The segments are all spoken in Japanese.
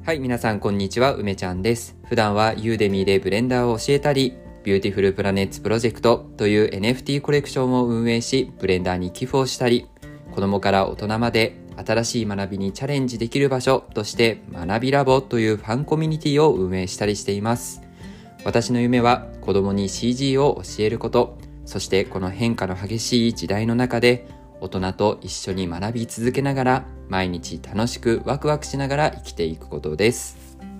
はい、皆さんこんにちは、梅ちゃんです。普段はユーデミーでブレンダーを教えたり、ビューティフルプラネッツプロジェクトという NFT コレクションを運営し、ブレンダーに寄付をしたり、子供から大人まで新しい学びにチャレンジできる場所として学びラボというファンコミュニティを運営したりしています。私の夢は子供に CG を教えること、そしてこの変化の激しい時代の中で大人と一緒に学び続けながら毎日楽しくワクワクしながら生きていくことです。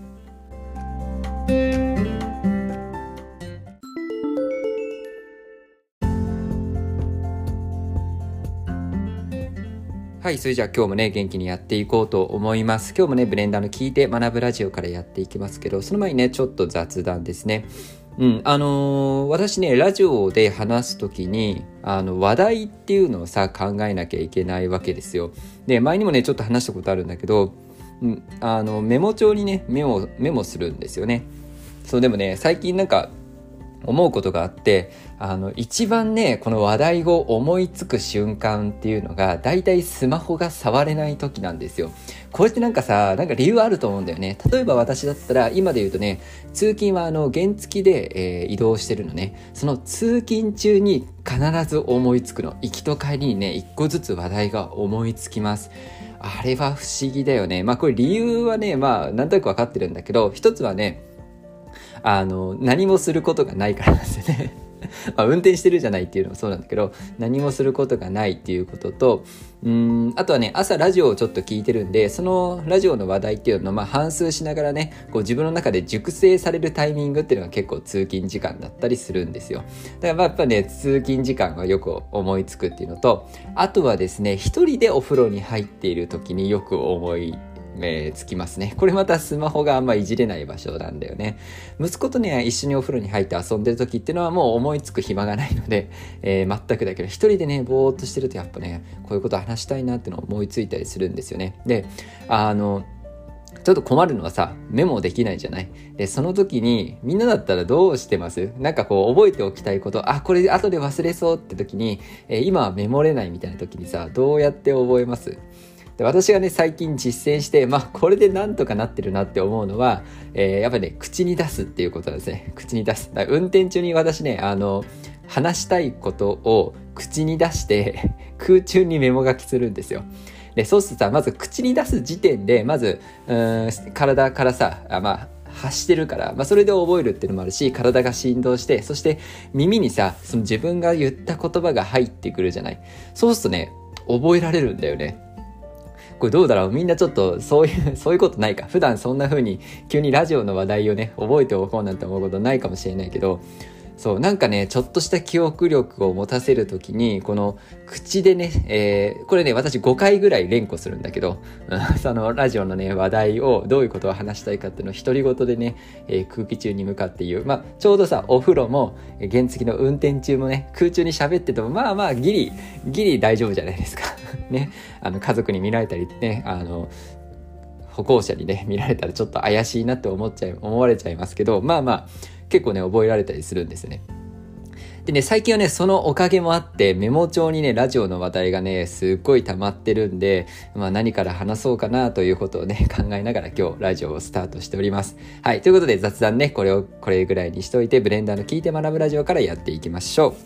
はい、それじゃあ今日もね元気にやっていこうと思います。今日もねブレンダーの聞いて学ぶラジオからやっていきますけど、その前にねちょっと雑談ですね。私ねラジオで話すときに話題っていうのをさ考えなきゃいけないわけですよ。で前にもねちょっと話したことあるんだけど、メモ帳にねメモするんですよね。そうでもね最近なんか思うことがあって、一番ねこの話題を思いつく瞬間っていうのがだいたいスマホが触れない時なんですよ。これってなんか理由あると思うんだよね。例えば私だったら今で言うとね、通勤は原付で、移動してるのね。その通勤中に必ず思いつくの。行きと帰りにね一個ずつ話題が思いつきます。あれは不思議だよね。これ理由はねなんとなく分かってるんだけど、一つはね何もすることがないからなんですよね運転してるじゃないっていうのもそうなんだけど、何もすることがないっていうことと、あとはね朝ラジオをちょっと聞いてるんで、そのラジオの話題っていうのを反芻しながらねこう自分の中で熟成されるタイミングっていうのが結構通勤時間だったりするんですよ。だからやっぱね通勤時間はよく思いつくっていうのと、あとはですね一人でお風呂に入っている時によく思いつきますね。これまたスマホがあんまいじれない場所なんだよね。息子とね一緒にお風呂に入って遊んでる時っていうのはもう思いつく暇がないので、全くだけど一人でねぼーっとしてるとやっぱねこういうこと話したいなってのを思いついたりするんですよね。でちょっと困るのはさメモできないじゃない。でその時にみんなだったらどうしてます？なんかこう覚えておきたいこと、これ後で忘れそうって時に、今はメモれないみたいな時にさどうやって覚えます？で私がね最近実践してこれでなんとかなってるなって思うのは、やっぱりね口に出すっていうことなんですね。口に出す。だから運転中に私ね話したいことを口に出して空中にメモ書きするんですよ。でそうするとさまず口に出す時点でまず体からさ発してるから、それで覚えるっていうのもあるし、体が振動して、そして耳にさその自分が言った言葉が入ってくるじゃない。そうするとね覚えられるんだよね。これどうだろう、みんなちょっとそういうことないか。普段そんな風に急にラジオの話題をね覚えておこうなんて思うことないかもしれないけど、そうなんかねちょっとした記憶力を持たせるときにこの口でね、これね私5回ぐらい連呼するんだけどそのラジオのね話題をどういうことを話したいかっていうのを独り言でね、空気中に向かって言う。ちょうどさお風呂も原付の運転中もね空中に喋っててもギリ大丈夫じゃないですかね。家族に見られたりね歩行者にね見られたらちょっと怪しいなって思われちゃいますけど、結構ね覚えられたりするんですね。でね最近はねそのおかげもあってメモ帳にねラジオの話題がねすっごい溜まってるんで、何から話そうかなということをね考えながら今日ラジオをスタートしております。はい、ということで雑談ねこれぐらいにしといて、ブレンダーの聞いて学ぶラジオからやっていきましょう。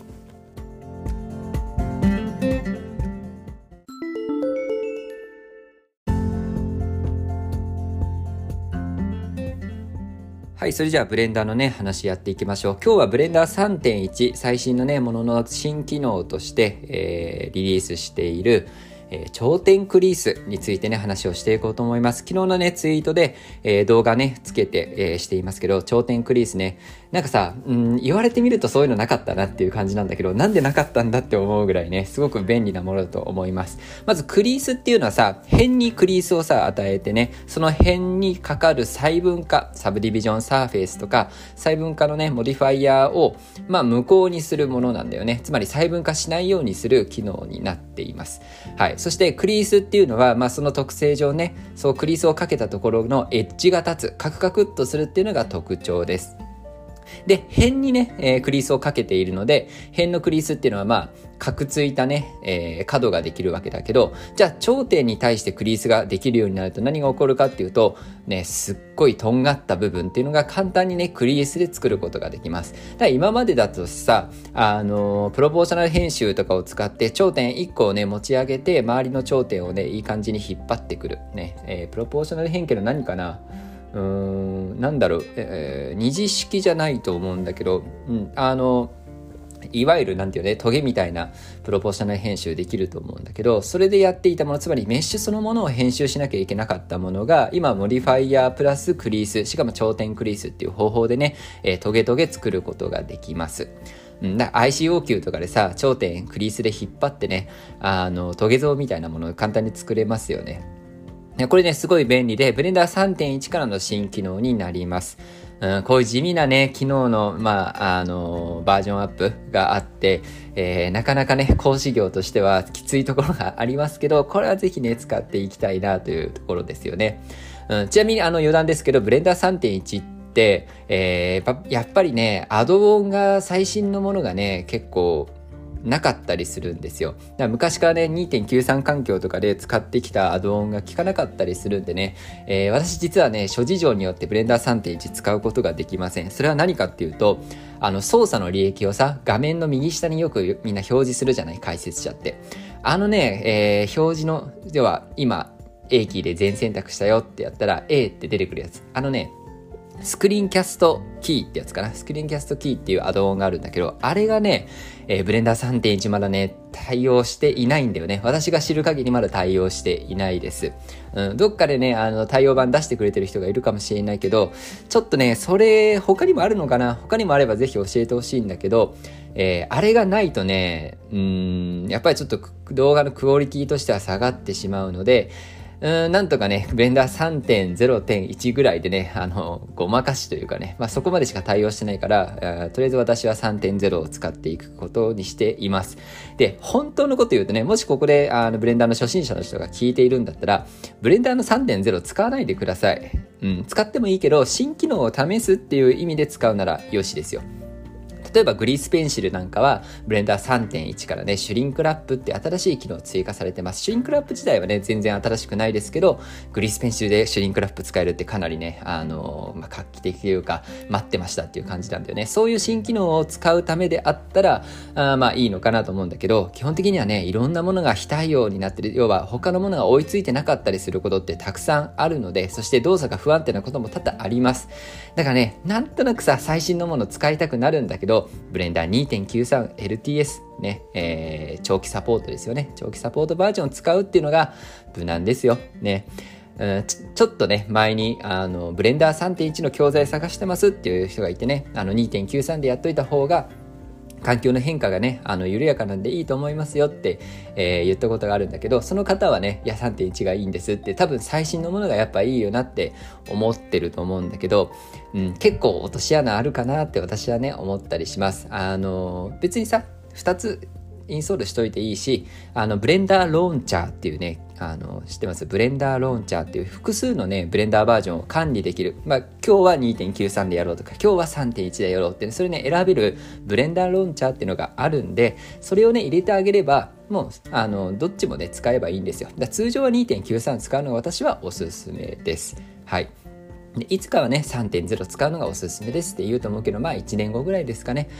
はい、それじゃあブレンダーのね話やっていきましょう。今日はブレンダー 3.1 最新のねものの新機能として、リリースしている頂点クリースについてね話をしていこうと思います。昨日のねツイートで、動画ねつけて、していますけど、頂点クリースねなんかさ、言われてみるとそういうのなかったなっていう感じなんだけど、なんでなかったんだって思うぐらいねすごく便利なものだと思います。まずクリースっていうのはさ辺にクリースをさ与えてね、その辺にかかる細分化サブディビジョンサーフェイスとか細分化のねモディファイヤーを無効にするものなんだよね。つまり細分化しないようにする機能になっています。はい、そしてクリースっていうのは、その特性上ねそうクリースをかけたところのエッジが立つカクカクっとするっていうのが特徴です。 で、辺にね、クリースをかけているので、辺のクリースっていうのはまあ、角ついたね、角ができるわけだけど、じゃあ頂点に対してクリースができるようになると何が起こるかっていうと、ね、すっごいとんがった部分っていうのが簡単にね、クリースで作ることができます。だから今までだとさ、プロポーショナル編集とかを使って頂点1個をね、持ち上げて、周りの頂点をね、いい感じに引っ張ってくる。ね、プロポーショナル変形の何かな、なんだろう、二次式じゃないと思うんだけど、いわゆるなんていうね、トゲみたいなプロポーショナル編集できると思うんだけど、それでやっていたもの、つまりメッシュそのものを編集しなきゃいけなかったものが、今モディファイヤープラスクリース、しかも頂点クリースっていう方法でね、トゲトゲ作ることができます。だから ICO とかでさ、頂点クリースで引っ張ってね、トゲ像みたいなものを簡単に作れますよね。これね、すごい便利で、ブレンダー 3.1 からの新機能になります。こういう地味なね、機能の、バージョンアップがあって、なかなかね、講師業としてはきついところがありますけど、これはぜひね、使っていきたいなというところですよね。ちなみに余談ですけど、ブレンダー 3.1 って、やっぱりね、アドオンが最新のものがね、結構、なかったりするんですよ。だから昔からね 2.93 環境とかで使ってきたアドオンが効かなかったりするんでね、私実はね諸事情によってブレンダー 3.1 使うことができません。それは何かっていうと、操作の履歴をさ、画面の右下によくみんな表示するじゃない、解説者って。表示のでは今 A キーで全選択したよってやったら A って出てくるやつ、スクリーンキャストキーってやつかな。スクリーンキャストキーっていうアドオンがあるんだけど、あれがね、ブレンダー 3.1 まだね、対応していないんだよね。私が知る限りまだ対応していないです。どっかでね、対応版出してくれてる人がいるかもしれないけど、ちょっとね、それ、他にもあるのかな？他にもあればぜひ教えてほしいんだけど、あれがないとね、やっぱりちょっと動画のクオリティとしては下がってしまうので、なんとかね、ブレンダー 3.0.1 ぐらいでね、ごまかしというかね、そこまでしか対応してないから、とりあえず私は 3.0 を使っていくことにしています。で、本当のこと言うとね、もしここでブレンダーの初心者の人が聞いているんだったら、ブレンダーの 3.0 使わないでください。使ってもいいけど、新機能を試すっていう意味で使うならよしですよ。例えばグリースペンシルなんかはブレンダー 3.1 からね、シュリンクラップって新しい機能追加されてます。シュリンクラップ自体はね、全然新しくないですけど、グリースペンシルでシュリンクラップ使えるってかなりね、画期的というか、待ってましたっていう感じなんだよね。そういう新機能を使うためであったら、いいのかなと思うんだけど、基本的にはね、いろんなものが非対応になってる、要は他のものが追いついてなかったりすることってたくさんあるので、そして動作が不安定なことも多々あります。だからね、なんとなくさ、最新のもの使いたくなるんだけど、ブレンダー 2.93LTS ね、長期サポートですよね。長期サポートバージョンを使うっていうのが無難ですよ。ね。ちょっとね、前に、ブレンダー 3.1 の教材探してますっていう人がいてね、2.93 でやっといた方が、環境の変化がね、緩やかなんでいいと思いますよって、言ったことがあるんだけど、その方はね、いや 3.1 がいいんですって、多分最新のものがやっぱいいよなって思ってると思うんだけど、結構落とし穴あるかなって私はね、思ったりします。別にさ、2つインストールしといていいし、ブレンダーローンチャーっていうね、知ってます？ブレンダーローンチャーっていう複数のね、ブレンダーバージョンを管理できる。今日は 2.93 でやろうとか、今日は 3.1 でやろうって、ね、それね、選べるブレンダーローンチャーっていうのがあるんで、それをね、入れてあげれば、もう、どっちもね、使えばいいんですよ。通常は 2.93 使うのが私はおすすめです。はい。でいつかはね 3.0 使うのがおすすめですって言うと思うけど、1年後ぐらいですかね。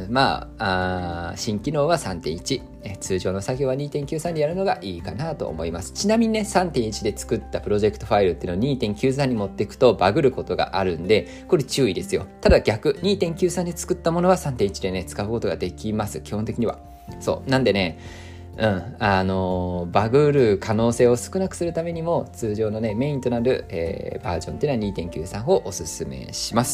新機能は 3.1、通常の作業は 2.93 でやるのがいいかなと思います。ちなみにね 3.1 で作ったプロジェクトファイルっていうのを 2.93 に持っていくとバグることがあるんで、これ注意ですよ。ただ逆 2.93 で作ったものは 3.1 でね使うことができます。基本的にはそうなんでね、バグる可能性を少なくするためにも通常のねメインとなる、バージョンっていうのは 2.93 をおすすめします。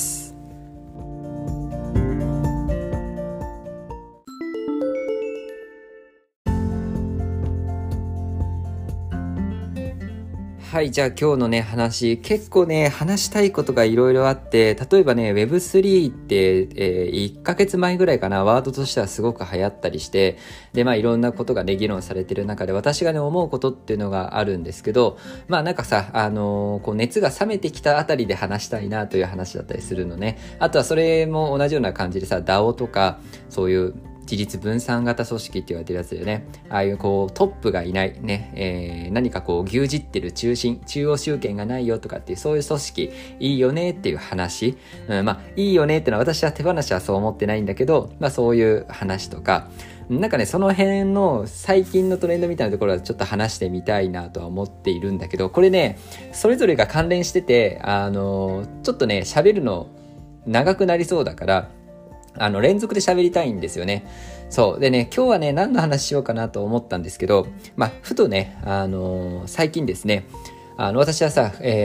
はい、じゃあ今日のね、話、結構ね、話したいことがいろいろあって、例えばね、Web3 って、1ヶ月前ぐらいかな、ワードとしてはすごく流行ったりして、で、いろんなことがね、議論されてる中で、私がね、思うことっていうのがあるんですけど、なんかさ、こう、熱が冷めてきたあたりで話したいなという話だったりするのね。あとはそれも同じような感じでさ、DAO とか、そういう、自立分散型組織って言われてるやつだよね。ああいうこうトップがいないね、何かこう牛耳ってる中央集権がないよとかっていうそういう組織いいよねっていう話、いいよねってのは私は手放しはそう思ってないんだけど、そういう話とかなんかねその辺の最近のトレンドみたいなところはちょっと話してみたいなとは思っているんだけど、これねそれぞれが関連しててちょっとね喋るの長くなりそうだから連続で喋りたいんですよね。そう。でね、今日はね、何の話しようかなと思ったんですけど、ふとね、最近ですね、私はさ、この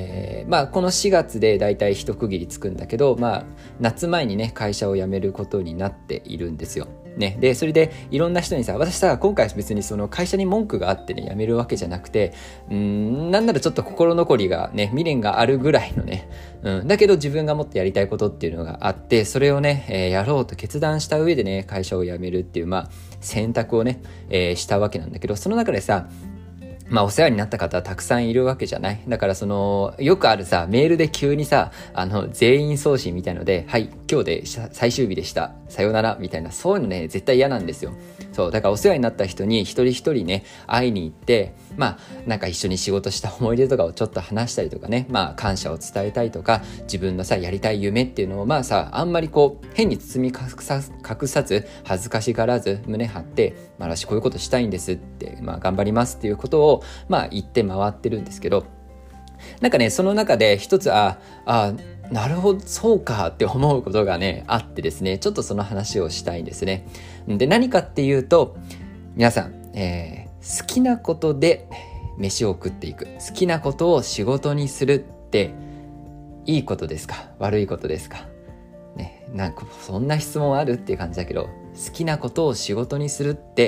4月でだいたい一区切りつくんだけど、夏前にね、会社を辞めることになっているんですよ。ね。で、それでいろんな人にさ、私さ、今回別にその会社に文句があってね、辞めるわけじゃなくて、なんならちょっと心残りがね、未練があるぐらいのね、だけど自分がもっとやりたいことっていうのがあって、それをね、やろうと決断した上でね、会社を辞めるっていう、選択をね、したわけなんだけど、その中でさ、お世話になった方はたくさんいるわけじゃない。だからよくあるさ、メールで急にさ、全員送信みたいので、はい、今日で最終日でした。さよなら、みたいな、そういうのね、絶対嫌なんですよ。そう、だからお世話になった人に一人一人ね、会いに行って、なんか一緒に仕事した思い出とかをちょっと話したりとかね、感謝を伝えたいとか、自分のさ、やりたい夢っていうのをあんまりこう、変に包み隠さず、恥ずかしがらず、胸張って、私こういうことしたいんですって、頑張りますっていうことを、言って回ってるんですけど、なんかね、その中で一つ、なるほど、そうかって思うことがね、あってですね、ちょっとその話をしたいんですね。で、何かっていうと、皆さん、好きなことで飯を食っていく。好きなことを仕事にするって、いいことですか？悪いことですか？ね、なんかそんな質問あるっていう感じだけど、好きなことを仕事にするって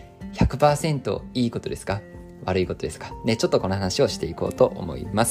100% いいことですか？悪いことですかね。ちょっとこの話をしていこうと思います。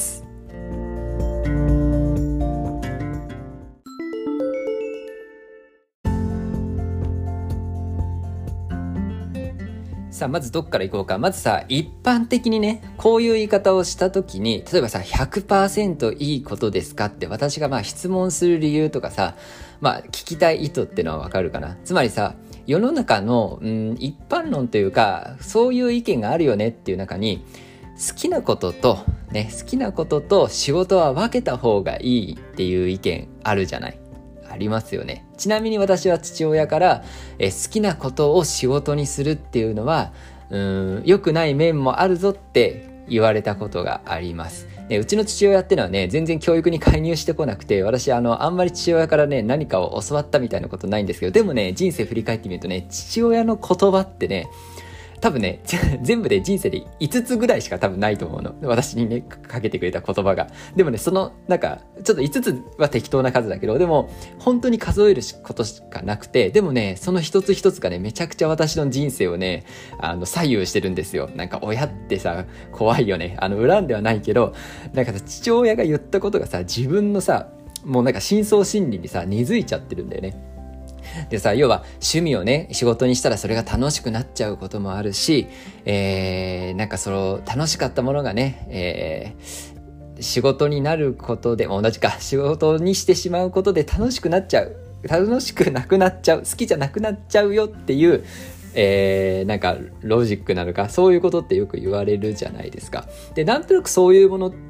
さあまずどっからいこうか。まずさ、一般的にねこういう言い方をした時に、例えばさ 100% いいことですかって私が質問する理由とかさ、聞きたい意図ってのはわかるかな。つまりさ、世の中の、一般論というかそういう意見があるよねっていう中に、好きなことと仕事は分けた方がいいっていう意見あるじゃない。ありますよね。ちなみに私は父親から、好きなことを仕事にするっていうのは良くない面もあるぞって言われたことがあります。うちの父親ってのはね、全然教育に介入してこなくて、私あんまり父親からね何かを教わったみたいなことないんですけど、でもね人生振り返ってみるとね、父親の言葉ってね多分ね全部で人生で5つぐらいしか多分ないと思うの。私にねかけてくれた言葉が。でもねなんかちょっと5つは適当な数だけど、でも本当に数えることしかなくて、でもねその一つ一つがねめちゃくちゃ私の人生をね左右してるんですよ。なんか親ってさ怖いよね。恨んではないけど、なんかさ父親が言ったことがさ自分のさもうなんか深層心理にさ根付いちゃってるんだよね。でさ、要は趣味をね仕事にしたらそれが楽しくなっちゃうこともあるし、なんか楽しかったものがね、仕事になることで同じか、仕事にしてしまうことで楽しくなくなくなっちゃう、好きじゃなくなっちゃうよっていうなんかロジックなのか、そういうことってよく言われるじゃないですか。で、なんとなくそういうものって、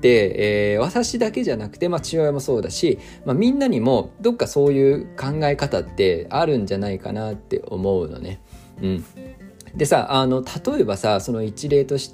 私だけじゃなくて、父親もそうだし、みんなにもどっかそういう考え方ってあるんじゃないかなって思うのね。でさ、例えばさ、その一例として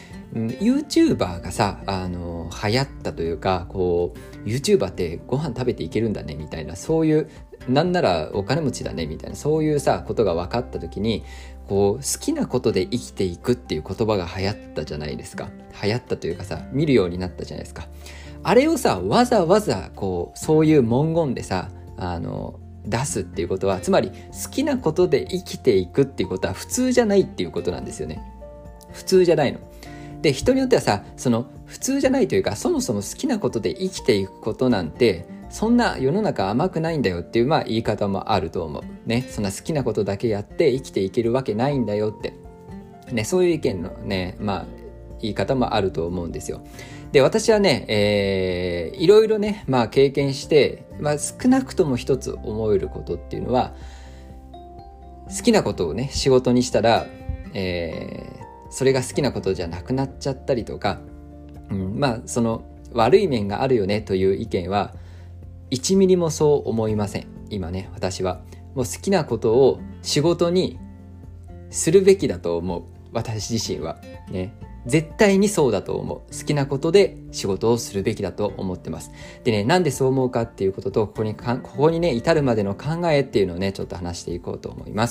、YouTuber がさ、流行ったというか、こう YouTuber ってご飯食べていけるんだねみたいな、そういうなんならお金持ちだねみたいな、そういうさことが分かった時に、こう好きなことで生きていくっていう言葉が流行ったじゃないですか。流行ったというかさ、見るようになったじゃないですか。あれをさわざわざこうそういう文言でさ出すっていうことは、つまり好きなことで生きていくっていうことは普通じゃないっていうことなんですよね。普通じゃないの。 で人によってはさ、その普通じゃないというか、そもそも好きなことで生きていくことなんてそんな世の中甘くないんだよっていう言い方もあると思うね。そんな好きなことだけやって生きていけるわけないんだよってね、そういう意見のね言い方もあると思うんですよ。で私はね、いろいろね経験して、少なくとも一つ思えることっていうのは、好きなことをね仕事にしたら、それが好きなことじゃなくなっちゃったりとか、その悪い面があるよねという意見は1ミリもそう思いません。今ね、私はもう好きなことを仕事にするべきだと思う。私自身はね、絶対にそうだと思う。好きなことで仕事をするべきだと思ってます。でね、なんでそう思うかっていうことと、ここにね至るまでの考えっていうのをねちょっと話していこうと思います。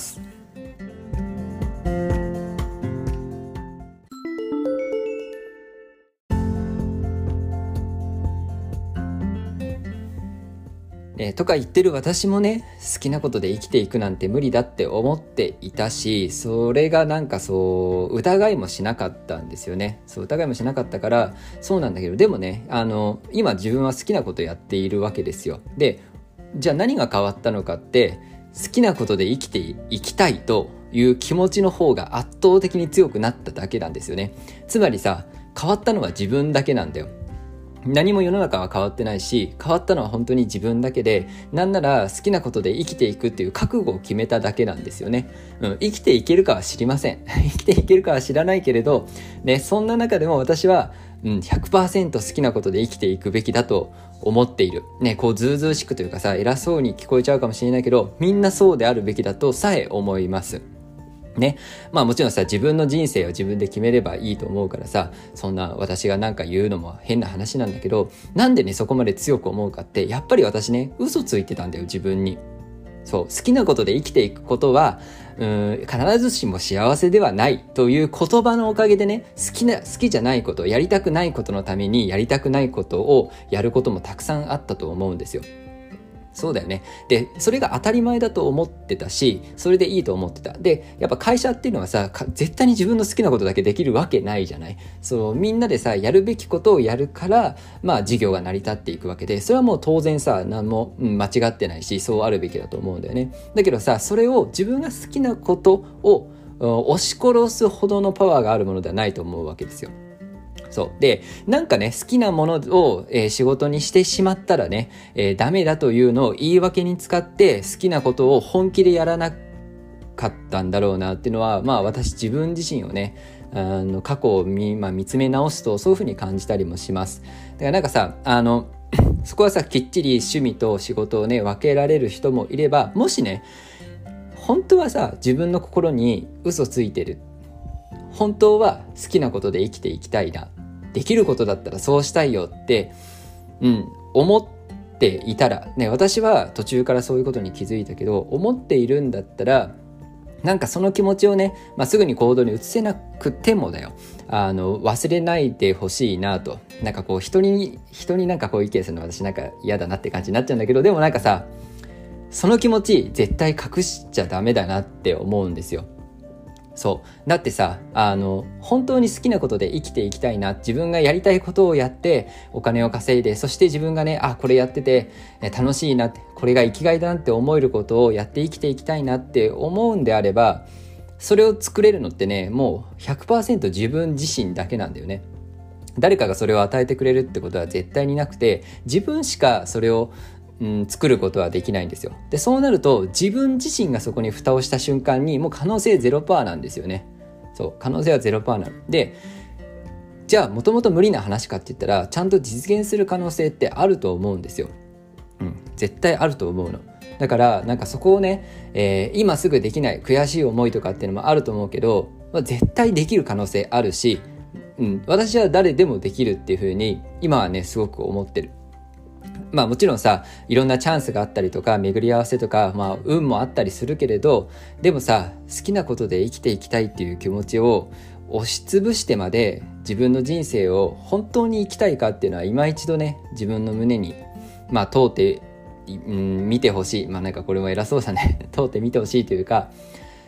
とか言ってる私もね、好きなことで生きていくなんて無理だって思っていたし、それがそう疑いもしなかったんですよね。疑いもしなかったからそうなんだけど、でもね今自分は好きなことやっているわけですよ。でじゃあ何が変わったのかって、好きなことで生きていきたいという気持ちの方が圧倒的に強くなっただけなんですよね。つまりさ、変わったのは自分だけなんだよ。何も世の中は変わってないし、変わったのは本当に自分だけで、なんなら好きなことで生きていくっていう覚悟を決めただけなんですよね。生きていけるかは知りません生きていけるかは知らないけれどね、そんな中でも私は、100% 好きなことで生きていくべきだと思っているね。こうずうずうしくというかさ、偉そうに聞こえちゃうかもしれないけど、みんなそうであるべきだとさえ思いますね。もちろんさ、自分の人生を自分で決めればいいと思うからさ、そんな私がなんか言うのも変な話なんだけど、なんでねそこまで強く思うかって、やっぱり私ね嘘ついてたんだよ、自分に。好きなことで生きていくことは必ずしも幸せではないという言葉のおかげでね、好きじゃないこと、やりたくないことのためにやりたくないことをやることもたくさんあったと思うんですよ。そうだよね。で、それが当たり前だと思ってたし、それでいいと思ってた。で、やっぱ会社っていうのはさ、絶対に自分の好きなことだけできるわけないじゃない。みんなでさ、やるべきことをやるから、事業が成り立っていくわけで、それはもう当然さ、何も、間違ってないし、そうあるべきだと思うんだよね。だけどさ、それを自分が好きなことを押し殺すほどのパワーがあるものではないと思うわけですよ。で、なんかね、好きなものを、仕事にしてしまったらね、ダメだというのを言い訳に使って好きなことを本気でやらなかったんだろうなっていうのは、私自分自身をね、過去を見つめ直すとそういうふうに感じたりもします。だからなんかさ、そこはさ、きっちり趣味と仕事をね分けられる人もいれば、もしね本当はさ、自分の心に嘘ついてる、本当は好きなことで生きていきたいな、できることだったらそうしたいよって、思っていたらね、私は途中からそういうことに気づいたけど、思っているんだったら、なんかその気持ちをね、すぐに行動に移せなくてもだよ、忘れないでほしいなと。なんかこう人になんかこう意見するの私なんか嫌だなって感じになっちゃうんだけど、でもなんかさ、その気持ち絶対隠しちゃダメだなって思うんですよ。だってさ、本当に好きなことで生きていきたいな、自分がやりたいことをやってお金を稼いで、そして自分がね、これやってて楽しいなって、これが生きがいだなって思えることをやって生きていきたいなって思うんであれば、それを作れるのってね、もう 100% 自分自身だけなんだよね。誰かがそれを与えてくれるってことは絶対になくて、自分しかそれを作ることはできないんですよ。で、そうなると自分自身がそこに蓋をした瞬間にもう可能性 0% なんですよね。可能性は 0% なので、じゃあもともと無理な話かって言ったら、ちゃんと実現する可能性ってあると思うんですよ。絶対あると思うの。だからなんかそこをね、今すぐできない悔しい思いとかっていうのもあると思うけど、絶対できる可能性あるし、私は誰でもできるっていう風に今はねすごく思ってる。もちろんさ、いろんなチャンスがあったりとか巡り合わせとか、運もあったりするけれど、でもさ、好きなことで生きていきたいっていう気持ちを押しつぶしてまで自分の人生を本当に生きたいかっていうのは今一度ね、自分の胸に通って見てほしい。なんかこれも偉そうだね通って見てほしいというか、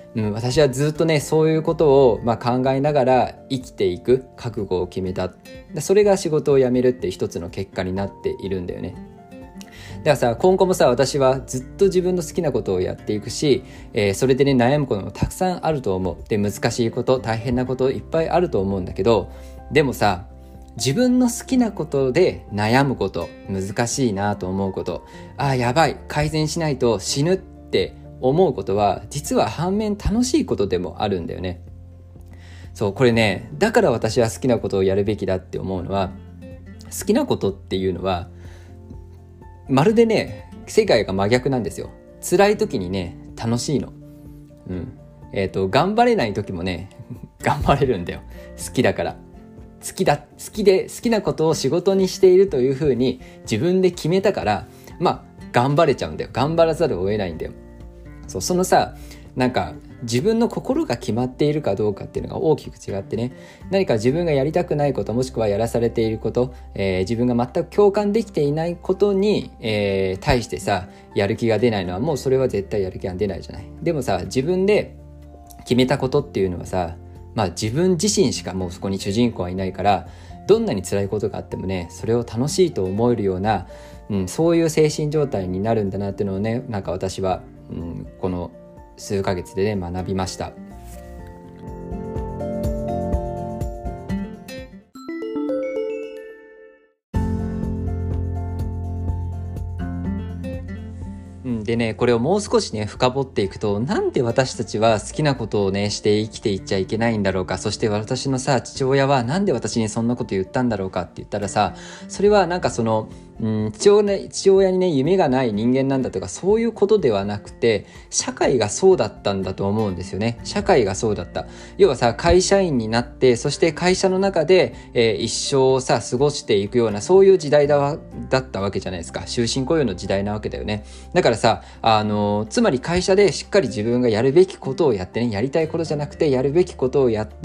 私はずっとねそういうことを考えながら生きていく覚悟を決めた。それが仕事を辞めるって一つの結果になっているんだよね。だからさ、今後もさ、私はずっと自分の好きなことをやっていくし、それでね悩むこともたくさんあると思う。で、難しいこと大変なこといっぱいあると思うんだけど、でもさ、自分の好きなことで悩むこと、難しいなと思うこと、やばい改善しないと死ぬって思うことは実は反面楽しいことでもあるんだよね。そう、これね、だから私は好きなことをやるべきだって思うのは、好きなことっていうのはまるでね世界が真逆なんですよ。辛い時にね楽しいの。頑張れない時もね頑張れるんだよ。好きだから。好きなことを仕事にしているというふうに自分で決めたから、頑張れちゃうんだよ。頑張らざるを得ないんだよ。そう、そのさ、なんか自分の心が決まっているかどうかっていうのが大きく違ってね、何か自分がやりたくないこと、もしくはやらされていること、自分が全く共感できていないことに、対してさやる気が出ないのはもうそれは絶対やる気が出ないじゃない。でもさ、自分で決めたことっていうのはさ、自分自身しかもうそこに主人公はいないから、どんなに辛いことがあってもねそれを楽しいと思えるような、そういう精神状態になるんだなっていうのをね、なんか私は、この数ヶ月でね学びました。でね、これをもう少しね深掘っていくと、なんで私たちは好きなことをねして生きていっちゃいけないんだろうか、そして私のさ父親はなんで私にそんなこと言ったんだろうかって言ったらさ、それはなんかその父親にね夢がない人間なんだとかそういうことではなくて、社会がそうだったんだと思うんですよね。社会がそうだった。要はさ、会社員になって、そして会社の中で、一生をさ過ごしていくようなそういう時代だったわけじゃないですか。終身雇用の時代なわけだよね。だからさ、つまり会社でしっかり自分がやるべきことをやってね、やりたいことじゃなくてやるべきことをやって、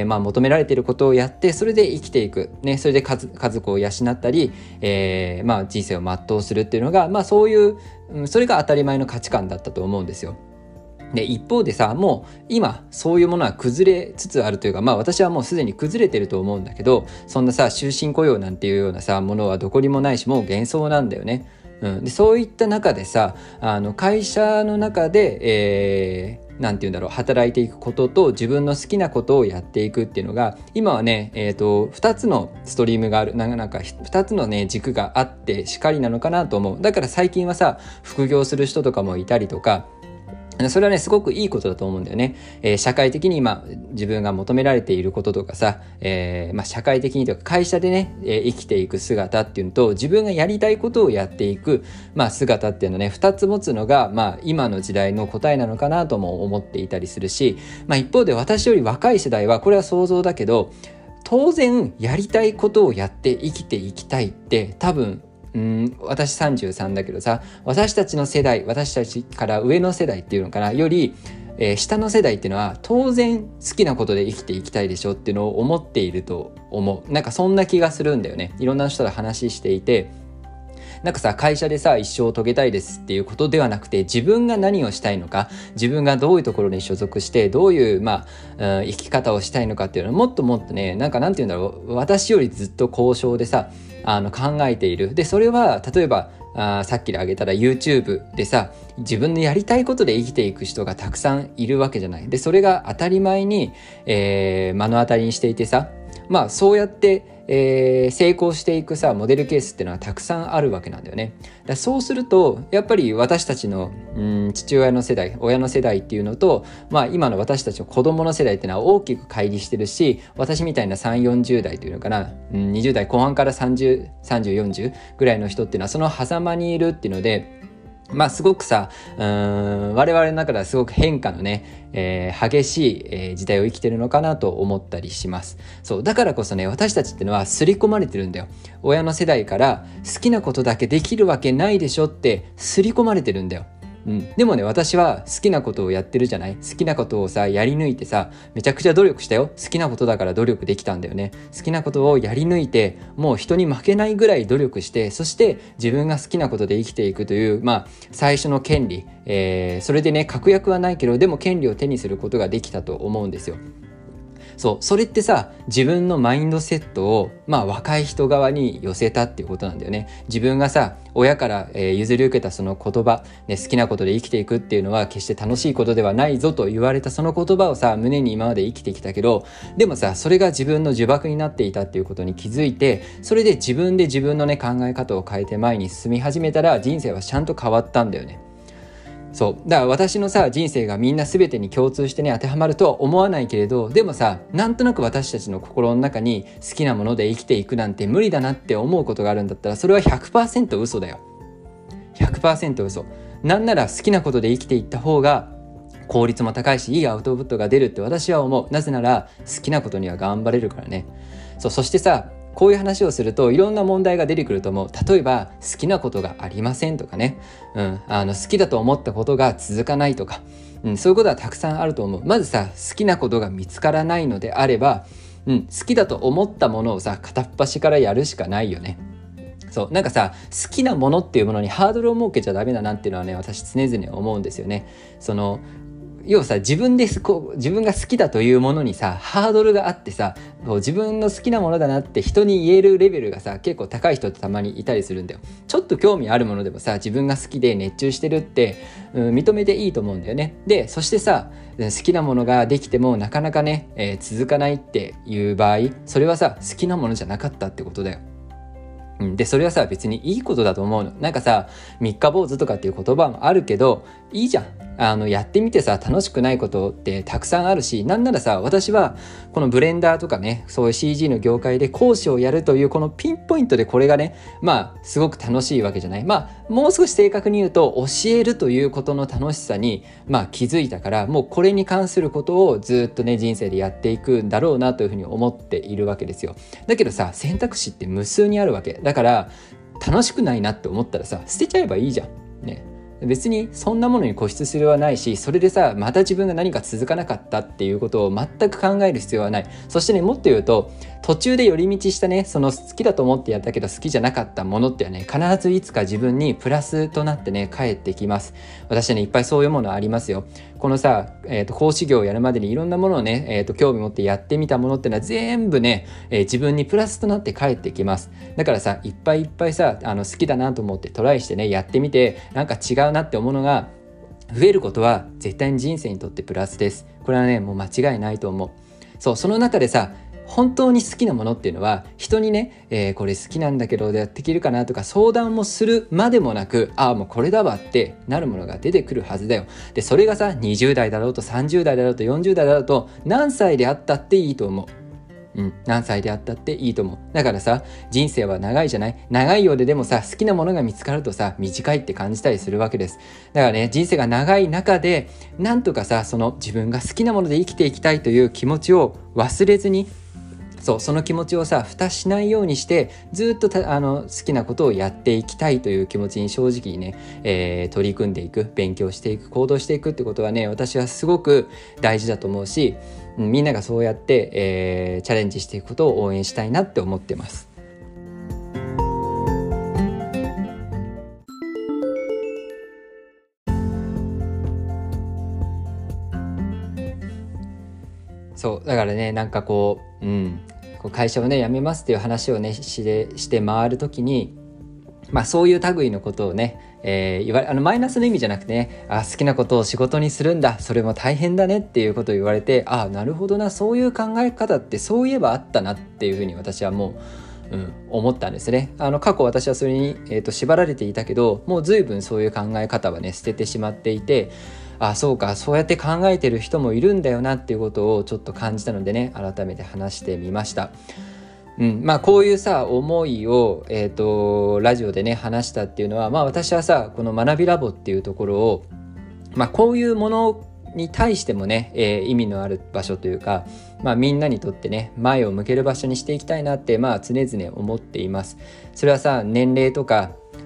求められていることをやって、それで生きていく、ね、それで家族を養ったり、人生を全うするっていうのが、そういう、それが当たり前の価値観だったと思うんですよ。で、一方でさ、もう今そういうものは崩れつつあるというか、私はもうすでに崩れてると思うんだけど、そんなさ終身雇用なんていうようなさものはどこにもないし、もう幻想なんだよね。で、そういった中でさ、会社の中で、なんていうんだろう、働いていくことと自分の好きなことをやっていくっていうのが今はね、2つのストリームがある、なんか2つのね軸があってしかりなのかなと思う。だから最近はさ副業する人とかもいたりとか、それはねすごくいいことだと思うんだよね。社会的に今自分が求められていることとかさ、社会的にとか会社でね、生きていく姿っていうのと、自分がやりたいことをやっていく、姿っていうのね2つ持つのが、今の時代の答えなのかなとも思っていたりするし、一方で私より若い世代はこれは想像だけど、当然やりたいことをやって生きていきたいって多分私33だけどさ、私たちの世代、私たちから上の世代っていうのかな、より、下の世代っていうのは当然好きなことで生きていきたいでしょっていうのを思っていると思う。なんかそんな気がするんだよね。いろんな人と話していて、なんかさ、会社でさ一生を遂げたいですっていうことではなくて、自分が何をしたいのか、自分がどういうところに所属してどういう生き方をしたいのかっていうのをもっともっとね、なんて言うんだろう、私よりずっと高尚でさ考えている。で、それは例えばさっきで挙げたら YouTube でさ、自分のやりたいことで生きていく人がたくさんいるわけじゃない。で、それが当たり前に、目の当たりにしていてさ、そうやって、成功していくさモデルケースっていうのはたくさんあるわけなんだよね。だそうするとやっぱり私たちの父親の世代、親の世代っていうのと、今の私たちの子供の世代っていうのは大きく乖離してるし、私みたいな3、40代というのかな、20代後半から30、40ぐらいの人っていうのはその狭間にいるっていうので、すごくさ、我々の中ではすごく変化のね、激しい、時代を生きてるのかなと思ったりします。そう、だからこそね、私たちってのは刷り込まれてるんだよ。親の世代から好きなことだけできるわけないでしょって刷り込まれてるんだよ。 でもね、私は好きなことをやってるじゃない。好きなことをさやり抜いてさ、めちゃくちゃ努力したよ。好きなことだから努力できたんだよね。好きなことをやり抜いて、もう人に負けないぐらい努力して、そして自分が好きなことで生きていくという、最初の権利、それでね、確約はないけど、でも権利を手にすることができたと思うんですよ。それってさ、自分のマインドセットを若い人側に寄せたっていうことなんだよね。自分がさ、親から、譲り受けたその言葉、好きなことで生きていくっていうのは決して楽しいことではないぞと言われたその言葉をさ、胸に今まで生きてきたけど、でもさ、それが自分の呪縛になっていたっていうことに気づいて、それで自分で自分のね、考え方を変えて前に進み始めたら、人生はちゃんと変わったんだよね。だから私のさ、人生がみんな全てに共通してね、当てはまるとは思わないけれど、でもさ、なんとなく私たちの心の中に好きなもので生きていくなんて無理だなって思うことがあるんだったら、それは 100% 嘘だよ。 100% 嘘。なんなら好きなことで生きていった方が効率も高いし、いいアウトプットが出るって私は思う。なぜなら好きなことには頑張れるからね。そしてさ、こういう話をするといろんな問題が出てくると思う。例えば好きなことがありませんとかね、好きだと思ったことが続かないとか、そういうことはたくさんあると思う。まずさ、好きなことが見つからないのであれば、好きだと思ったものをさ、片っ端からやるしかないよね。なんかさ、好きなものっていうものにハードルを設けちゃダメだなっていうのはね、私常々思うんですよね。要はさ、自分が好きだというものにさ、ハードルがあってさ、自分の好きなものだなって人に言えるレベルがさ、結構高い人ってたまにいたりするんだよ。ちょっと興味あるものでもさ、自分が好きで熱中してるって、認めていいと思うんだよね。で、そしてさ、好きなものができてもなかなかね、続かないっていう場合、それはさ、好きなものじゃなかったってことだよ。で、それはさ、別にいいことだと思うの。なんかさ、三日坊主とかっていう言葉もあるけど、いいじゃん。やってみてさ、楽しくないことってたくさんあるし、なんならさ、私はこのブレンダーとかね、そういう CG の業界で講師をやるというこのピンポイントでこれがね、すごく楽しいわけじゃない。もう少し正確に言うと、教えるということの楽しさに気づいたから、もうこれに関することをずっとね、人生でやっていくんだろうなというふうに思っているわけですよ。だけどさ、選択肢って無数にあるわけだから、楽しくないなって思ったらさ、捨てちゃえばいいじゃんね。別にそんなものに固執するはないし、それでさ、また自分が何か続かなかったっていうことを全く考える必要はない。そしてね、もっと言うと、途中で寄り道したね、その好きだと思ってやったけど好きじゃなかったものってはね、必ずいつか自分にプラスとなってね、返ってきます。私はね、いっぱいそういうものありますよ。このさ、講師業をやるまでにいろんなものをね、興味持ってやってみたものってのは全部ね、自分にプラスとなって返ってきます。だからさ、いっぱいいっぱいさ、好きだなと思ってトライしてね、やってみて、なんか違うなって思うのが増えることは絶対に人生にとってプラスです。これはね、もう間違いないと思う。その中でさ、本当に好きなものっていうのは人にね、これ好きなんだけどやっていけるかなとか相談もするまでもなく、もうこれだわってなるものが出てくるはずだよ。で、それがさ、20代だろうと30代だろうと40代だろうと何歳であったっていいと思う。何歳であったっていいと思う。だからさ、人生は長いじゃない。長いようででもさ、好きなものが見つかるとさ、短いって感じたりするわけです。だからね、人生が長い中でなんとかさ、その自分が好きなもので生きていきたいという気持ちを忘れずに、その気持ちをさ、蓋しないようにしてずっと好きなことをやっていきたいという気持ちに正直にね、取り組んでいく、勉強していく、行動していくってことはね、私はすごく大事だと思うし、みんながそうやって、チャレンジしていくことを応援したいなって思ってます。だからね、なんかこう会社をね辞めますっていう話をねして回るときに、そういう類のことをね、マイナスの意味じゃなくてね、好きなことを仕事にするんだ、それも大変だねっていうことを言われて、なるほどな、そういう考え方ってそういえばあったなっていうふうに私はもう、思ったんですね。過去私はそれに、縛られていたけど、もう随分そういう考え方はね捨ててしまっていて、そうか、そうやって考えてる人もいるんだよなっていうことをちょっと感じたのでね、改めて話してみました。こういうさ思いを、ラジオでね話したっていうのは、私はさ、この学びラボっていうところを、こういうものに対してもね、意味のある場所というか、みんなにとってね前を向ける場所にしていきたいなって、常々思っています。それはさ、年齢とか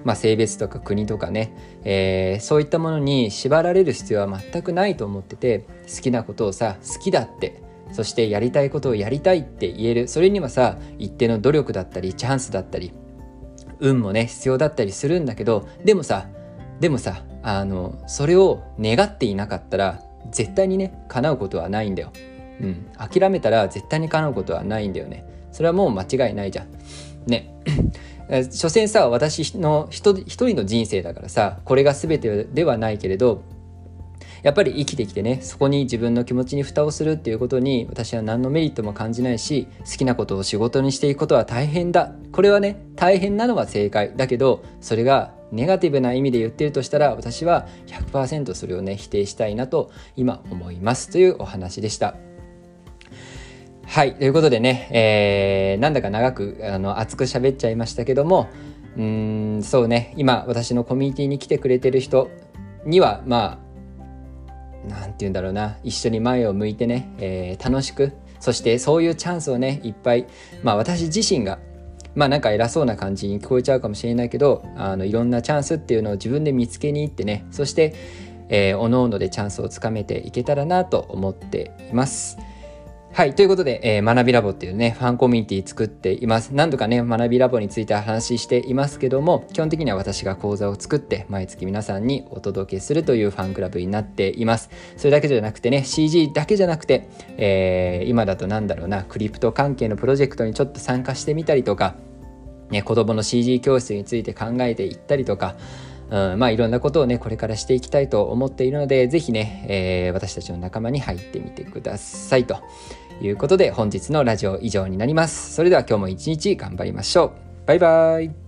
性別とか国とかね、そういったものに縛られる必要は全くないと思ってて、好きなことをさ好きだって、そしてやりたいことをやりたいって言える、それにはさ一定の努力だったりチャンスだったり運もね必要だったりするんだけど、でもさそれを願っていなかったら絶対にね叶うことはないんだよ。諦めたら絶対に叶うことはないんだよね。それはもう間違いないじゃんね。所詮さ私の一人の人生だからさ、これが全てではないけれど、やっぱり生きてきてね、そこに自分の気持ちに蓋をするっていうことに私は何のメリットも感じないし、好きなことを仕事にしていくことは大変だ、これはね大変なのは正解だけど、それがネガティブな意味で言ってるとしたら、私は 100% それをね否定したいなと今思いますというお話でした。はい、ということでね、なんだか長く熱く喋っちゃいましたけども、そうね、今私のコミュニティに来てくれてる人にはなんて言うんだろうな、一緒に前を向いてね、楽しく、そしてそういうチャンスをねいっぱい、私自身がなんか偉そうな感じに聞こえちゃうかもしれないけど、いろんなチャンスっていうのを自分で見つけに行ってね、そして、おのおのでチャンスをつかめていけたらなと思っています。はい、ということで、学びラボっていうねファンコミュニティ作っています。何度かね学びラボについて話していますけども、基本的には私が講座を作って毎月皆さんにお届けするというファンクラブになっています。それだけじゃなくてね、 CG だけじゃなくて、今だとクリプト関係のプロジェクトにちょっと参加してみたりとか、子どもの CG 教室について考えていったりとか、いろんなことをねこれからしていきたいと思っているので、ぜひね、私たちの仲間に入ってみてくださいということで、本日のラジオ以上になります。それでは今日も一日頑張りましょう。バイバイ。